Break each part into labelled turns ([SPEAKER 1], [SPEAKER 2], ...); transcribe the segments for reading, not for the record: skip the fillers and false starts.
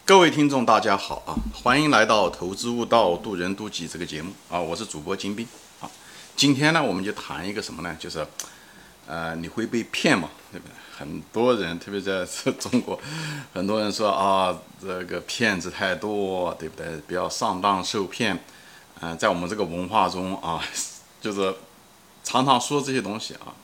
[SPEAKER 1] 各位听众，大家好啊！欢迎来到《投资悟道，渡人渡己》这个节目啊！我是主播金兵啊。今天呢，我们就谈一个什么呢？就是，你会被骗吗？对不对？很多人，特别在中国，很多人说啊，这个骗子太多，对不对？不要上当受骗。在我们这个文化中啊，就是常常说这些东西啊。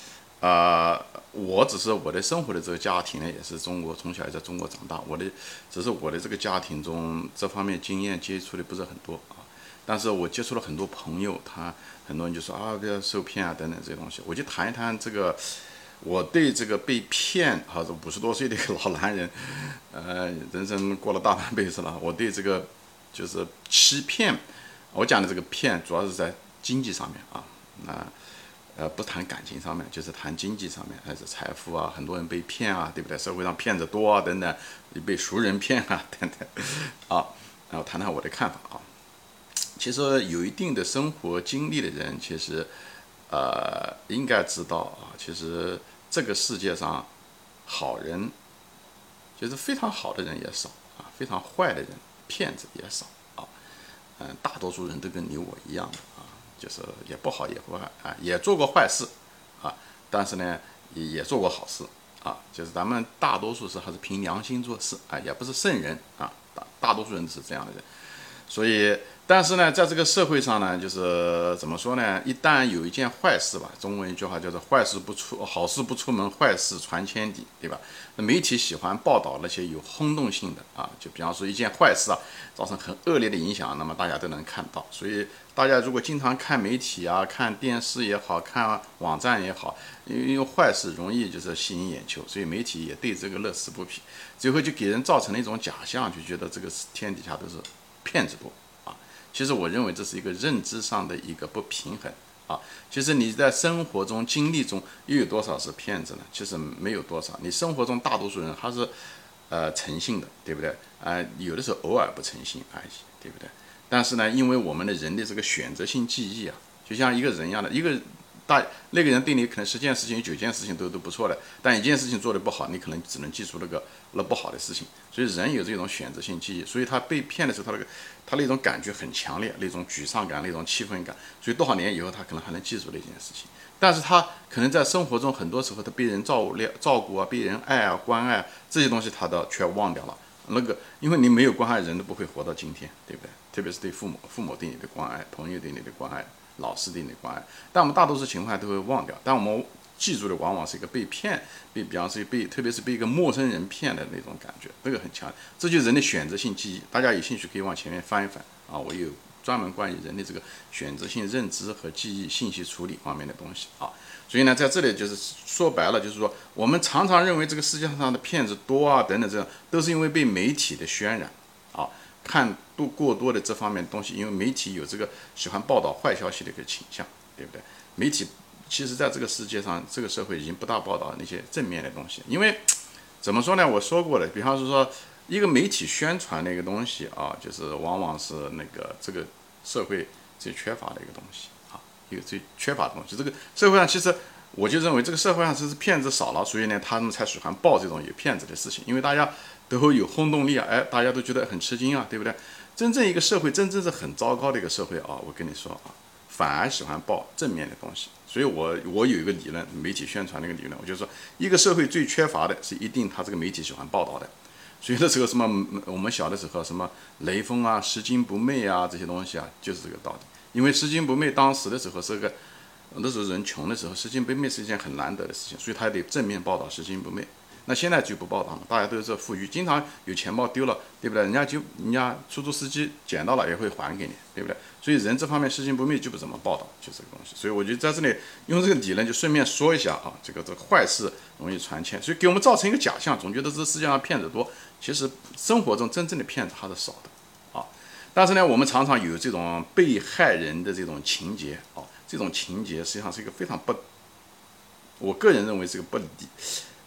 [SPEAKER 1] 我只是我的生活的这个家庭呢，也是中国，从小也在中国长大。只是我的这个家庭中这方面经验接触的不是很多啊。但是我接触了很多朋友，很多人就说啊，不要受骗啊等等这些东西。我就谈一谈这个，我对这个被骗啊，这50多岁的一个老男人，人生过了大半辈子了，我对这个就是欺骗，我讲的这个骗主要是在经济上面啊，不谈感情上面，就是谈经济上面，还是财富啊，很多人被骗啊，对不对？社会上骗子多啊，等等，被熟人骗啊，等等，啊，然后谈谈我的看法啊。其实有一定的生活经历的人，其实应该知道啊，其实这个世界上好人，就是非常好的人也少啊，非常坏的人，骗子也少啊。大多数人都跟你我一样的啊。就是也不好也不坏啊，也做过坏事啊，但是呢也做过好事啊，就是咱们大多数是还是凭良心做事啊，也不是圣人啊，大多数人都是这样的人，所以但是呢，在这个社会上呢，就是怎么说呢？一旦有一件坏事吧，中文一句话叫做“坏事不出，好事不出门，坏事传千里”，对吧？那媒体喜欢报道那些有轰动性的啊，就比方说一件坏事啊，造成很恶劣的影响，那么大家都能看到。所以大家如果经常看媒体啊，看电视也好看网站也好，因为坏事容易就是吸引眼球，所以媒体也对这个乐此不疲，最后就给人造成了一种假象，就觉得这个天底下都是骗子多。其实我认为这是一个认知上的一个不平衡啊。其实你在生活中经历中又有多少是骗子呢？其实没有多少。你生活中大多数人还是诚信的，对不对？有的时候偶尔不诚信而已，对不对？但是呢，因为我们的人的这个选择性记忆啊，就像一个人一样的，那个人对你可能10件事情有9件事情都不错的，但一件事情做得不好，你可能只能记住那不好的事情。所以人有这种选择性记忆，所以他被骗的时候，他那种感觉很强烈，那种沮丧感，那种气愤感，所以多少年以后他可能还能记住那件事情。但是他可能在生活中很多时候他被人照顾啊，被人爱啊关爱这些东西他都却忘掉了。因为你没有关爱，人都不会活到今天，对不对？特别是对父母对你的关爱，朋友对你的关爱，老师对你的关爱，但我们大多数情况下都会忘掉。但我们记住的往往是一个被骗，比方说特别是被一个陌生人骗的那种感觉，这个很强。这就是人的选择性记忆。大家有兴趣可以往前面翻一翻啊，我有专门关于人的这个选择性认知和记忆、信息处理方面的东西啊。所以呢，在这里就是说白了，就是说我们常常认为这个世界上的骗子多啊等等，这样都是因为被媒体的渲染啊，过多的这方面的东西，因为媒体有这个喜欢报道坏消息的一个倾向，对不对？媒体其实在这个世界上，这个社会已经不大报道那些正面的东西，因为怎么说呢？我说过了，比方说一个媒体宣传那个东西啊，就是往往是这个社会最缺乏的一个东西啊，一个最缺乏的东西。这个社会上其实我就认为这个社会上其实骗子少了，所以呢，他们才喜欢报这种有骗子的事情，因为大家都会有轰动力啊，大家都觉得很吃惊啊，对不对？真正一个社会真正是很糟糕的一个社会啊，我跟你说啊，反而喜欢报正面的东西。所以我有一个理论，媒体宣传那个理论，我就说一个社会最缺乏的是一定他这个媒体喜欢报道的。所以那时候什么我们小的时候什么雷锋啊、拾金不昧啊这些东西啊，就是这个道理。因为拾金不昧当时的时候是个那时候人穷的时候，拾金不昧是一件很难得的事情，所以他得正面报道拾金不昧。那现在就不报道了，大家都是富裕，经常有钱包丢了，对不对？人家出租司机捡到了也会还给你，对不对？所以人这方面拾金不昧就不怎么报道，就这个东西。所以我觉得在这里用这个理论就顺便说一下啊，这个坏事容易传千，所以给我们造成一个假象，总觉得这世界上骗子多，其实生活中真正的骗子还是少的啊。但是呢，我们常常有这种被害人的这种情节啊，这种情节实际上是一个非常我个人认为是个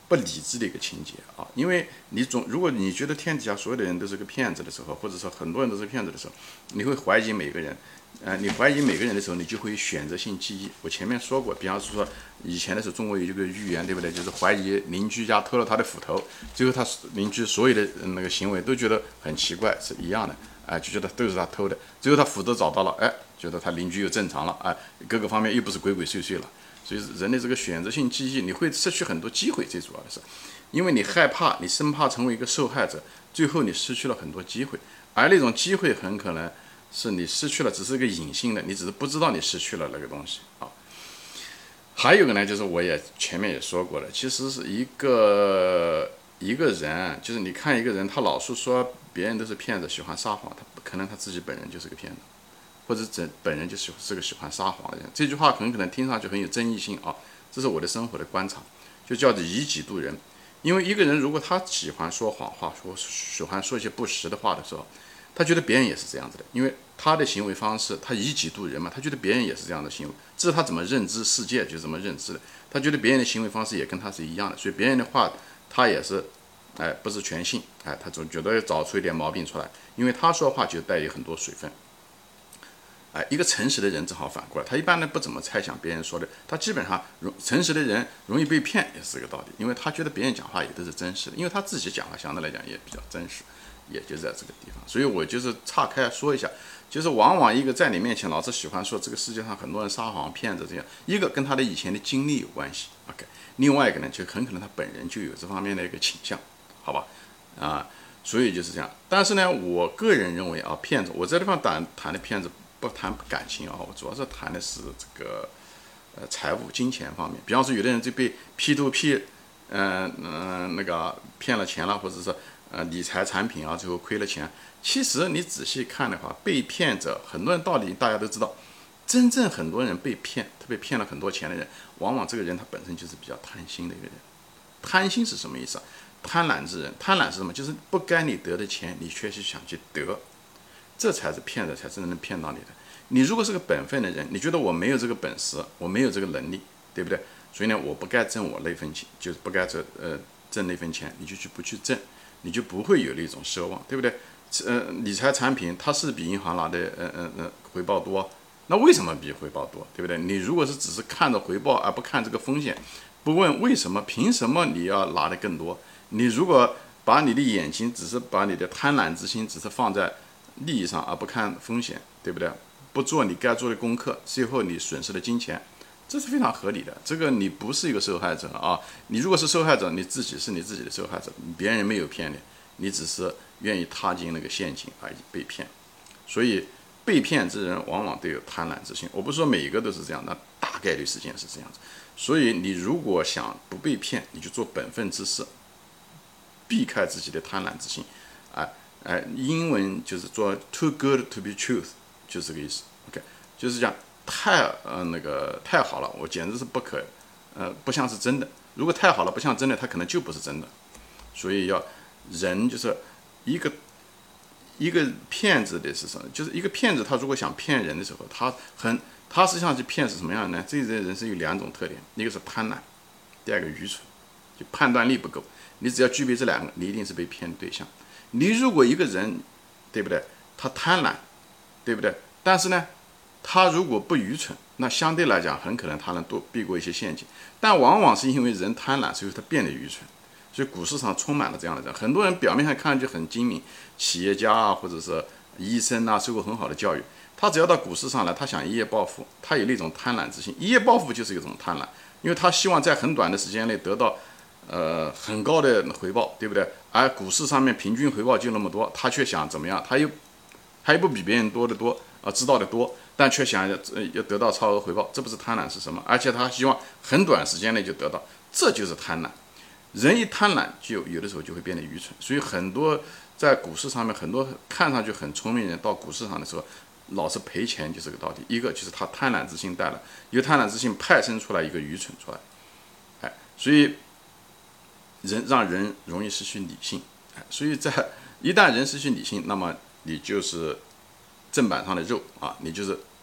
[SPEAKER 1] 不理智的一个情节啊。因为如果你觉得天底下所有的人都是个骗子的时候，或者说很多人都是骗子的时候，你会怀疑每个人。你怀疑每个人的时候，你就会有选择性记忆。我前面说过，比方说以前的时候，中国有一个寓言，对不对？就是怀疑邻居家偷了他的斧头，最后他邻居所有的那个行为都觉得很奇怪，是一样的，就觉得都是他偷的。最后他斧头找到了，觉得他邻居又正常了，各个方面又不是鬼鬼祟祟了。所以人的这个选择性记忆，你会失去很多机会。最主要的是，因为你害怕，你生怕成为一个受害者，最后你失去了很多机会，而那种机会很可能是你失去了，只是一个隐性的，你只是不知道你失去了那个东西啊。还有一个呢，就是我也前面也说过了，其实是一个人，就是你看一个人，他老是说别人都是骗子，喜欢撒谎，他可能他自己本人就是个骗子，或者本人就是个喜欢撒谎的人。这句话很可能听上去很有争议性啊，这是我的生活的观察，就叫做以己度人。因为一个人如果他喜欢说谎话，喜欢说一些不实的话的时候，他觉得别人也是这样子的，因为他的行为方式，他以己度人嘛，他觉得别人也是这样的行为，这是他怎么认知世界就怎么认知的。他觉得别人的行为方式也跟他是一样的，所以别人的话他也是，不是全信，他总觉得要找出一点毛病出来，因为他说话就带有很多水分。一个诚实的人正好反过来，他一般呢不怎么猜想别人说的，他基本上诚实的人容易被骗，也是这个道理，因为他觉得别人讲话也都是真实的，因为他自己讲话相对来讲也比较真实。也就在这个地方，所以我就是岔开说一下，就是往往一个在你面前老是喜欢说这个世界上很多人撒谎骗子这样，一个跟他的以前的经历有关系 ，OK， 另外一个呢就很可能他本人就有这方面的一个倾向，好吧，所以就是这样。但是呢，我个人认为骗子，我这地方谈的骗子不谈感情我主要是谈的是这个财务金钱方面，比方说有的人就被 P2P 那个骗了钱了，或者是理财产品最后亏了钱。其实你仔细看的话，被骗者很多人道理大家都知道，真正很多人被骗，特别骗了很多钱的人，往往这个人他本身就是比较贪心的一个人。贪心是什么意思贪婪之人，贪婪是什么？就是不该你得的钱，你却是想去得，这才是骗子才真正能骗到你的。你如果是个本分的人，你觉得我没有这个本事，我没有这个能力，对不对？所以呢，我不该挣我那份钱，就是不该挣那份钱，你就不去挣。你就不会有那种奢望，对不对？理财产品它是比银行拿的回报多，那为什么比回报多，对不对？你如果是只是看着回报而不看这个风险，不问为什么，凭什么你要拿的更多？你如果把你的眼睛只是把你的贪婪之心只是放在利益上而不看风险，对不对？不做你该做的功课，最后你损失了金钱。这是非常合理的，这个你不是一个受害者你如果是受害者，你自己是你自己的受害者，别人没有骗你，你只是愿意踏进那个陷阱而已被骗。所以被骗之人往往都有贪婪之心，我不是说每一个都是这样，那大概率事件是这样子。所以你如果想不被骗，你就做本分之事，避开自己的贪婪之心英文就是做 too good to be truth， 就是这个意思 OK， 就是这样。太好了，我简直是不像是真的。如果太好了不像真的，它可能就不是真的。所以人就是一个骗子的是什么？就是一个骗子，他如果想骗人的时候，他实际上去骗是什么样的呢？这些人是有两种特点，一个是贪婪，第二个愚蠢，就判断力不够。你只要具备这两个，你一定是被骗的对象。你如果一个人，对不对？他贪婪，对不对？但是呢，他如果不愚蠢，那相对来讲很可能他能避过一些陷阱，但往往是因为人贪婪，所以他变得愚蠢。所以股市上充满了这样的人，很多人表面上看上去很精明，企业家或者是医生受过很好的教育，他只要到股市上来，他想一夜暴富，他有那种贪婪之心。一夜暴富就是一种贪婪，因为他希望在很短的时间内得到很高的回报，对不对？而股市上面平均回报就那么多，他却想怎么样？他又不比别人多得多知道的多，但却想要得到超额回报，这不是贪婪是什么？而且他希望很短时间内就得到，这就是贪婪。人一贪婪，就有的时候就会变得愚蠢。所以很多在股市上面，很多看上去很聪明的人到股市上的时候，老是赔钱，就是这个道理。一个就是他贪婪之心带了，一个贪婪之心派生出来一个愚蠢出来，所以让人容易失去理性，所以一旦人失去理性，那么你就是砧板上的肉你就是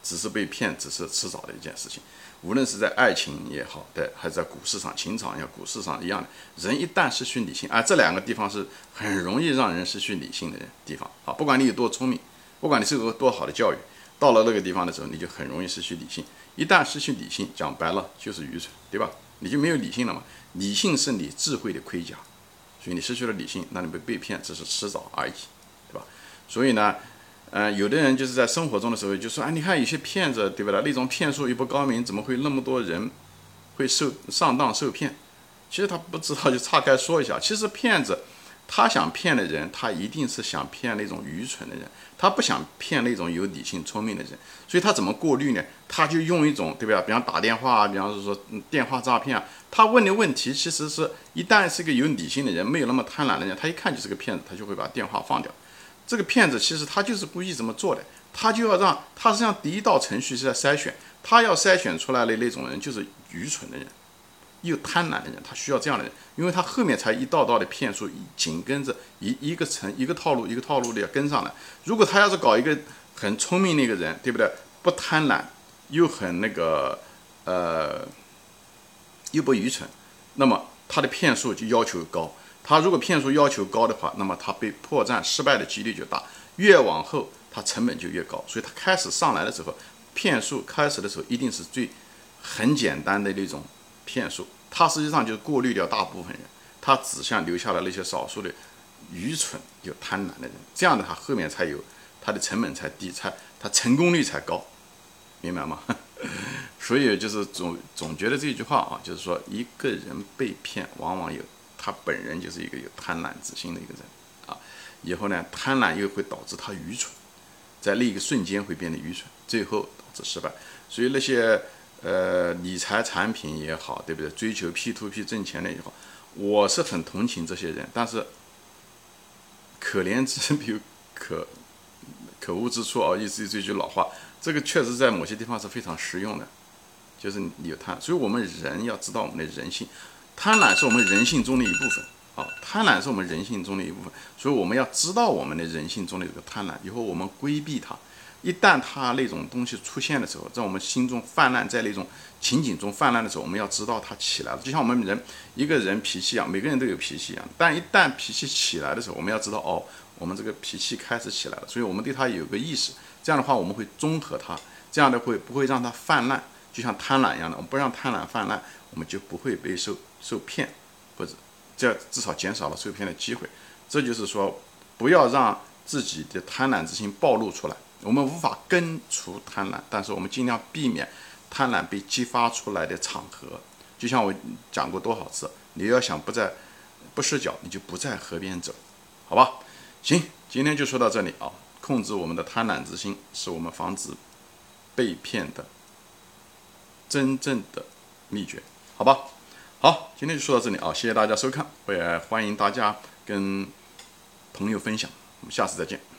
[SPEAKER 1] 只是被骗，只是迟早的一件事情。无论是在爱情也好的，还是在股市上、情场也好，股市上一样的。人一旦失去理性，这两个地方是很容易让人失去理性的地方啊！不管你有多聪明，不管你受过多好的教育，到了那个地方的时候，你就很容易失去理性。一旦失去理性，讲白了就是愚蠢，对吧？你就没有理性了嘛。理性是你智慧的盔甲，所以你失去了理性，那你被骗只是迟早而已，对吧？所以呢，有的人就是在生活中的时候就说，你看有些骗子，对不对？那种骗术又不高明，怎么会那么多人会上当受骗？其实他不知道，就岔开说一下，其实骗子他想骗的人，他一定是想骗那种愚蠢的人，他不想骗那种有理性聪明的人。所以他怎么过滤呢？他就用一种，对吧？比方打电话，比方说电话诈骗他问的问题其实是一旦是个有理性的人，没有那么贪婪的人，他一看就是个骗子，他就会把电话放掉。这个骗子其实他就是故意这么做的，他就要让他实际上第一道程序是在筛选，他要筛选出来的那种人就是愚蠢的人。又贪婪的人，他需要这样的人，因为他后面才一道道的骗术紧跟着一个套路一个套路的要跟上来。如果他要是搞一个很聪明的一个人，对不对？不贪婪又很又不愚蠢，那么他的骗术就要求高。他如果骗术要求高的话，那么他被破绽失败的几率就大，越往后他成本就越高。所以他开始上来的时候，骗术开始的时候一定是很简单的那种骗术，它实际上就是过滤掉大部分人，它只想留下了那些少数的愚蠢又贪婪的人，这样的他后面才有，他的成本才低，他成功率才高，明白吗？所以就是总觉得这句话啊，就是说一个人被骗，往往他本人就是一个有贪婪之心的一个人啊，以后呢，贪婪又会导致他愚蠢，在那一个瞬间会变得愚蠢，最后导致失败。所以那些理财产品也好，对不对？追求 P2P 挣钱的也好，我是很同情这些人，但是可怜之必有可恶之处啊！意思这句老话，这个确实在某些地方是非常实用的，就是你有贪，所以我们人要知道我们的人性，贪婪是我们人性中的一部分啊，贪婪是我们人性中的一部分，所以我们要知道我们的人性中的这个贪婪，以后我们规避它。一旦它那种东西出现的时候，在我们心中泛滥，在那种情景中泛滥的时候，我们要知道它起来了。就像我们一个人脾气一样，每个人都有脾气一样。但一旦脾气起来的时候，我们要知道我们这个脾气开始起来了，所以我们对它有个意识。这样的话，我们会综合它，这样的不会让它泛滥，就像贪婪一样的，我们不让贪婪泛滥，我们就不会被受骗，或者这至少减少了受骗的机会。这就是说，不要让自己的贪婪之心暴露出来。我们无法根除贪婪，但是我们尽量避免贪婪被激发出来的场合。就像我讲过多少次，你要想不失脚，你就不在河边走，好吧？行，今天就说到这里啊。控制我们的贪婪之心，是我们防止被骗的真正的秘诀，好吧？好，今天就说到这里啊，谢谢大家收看，我也欢迎大家跟朋友分享，我们下次再见。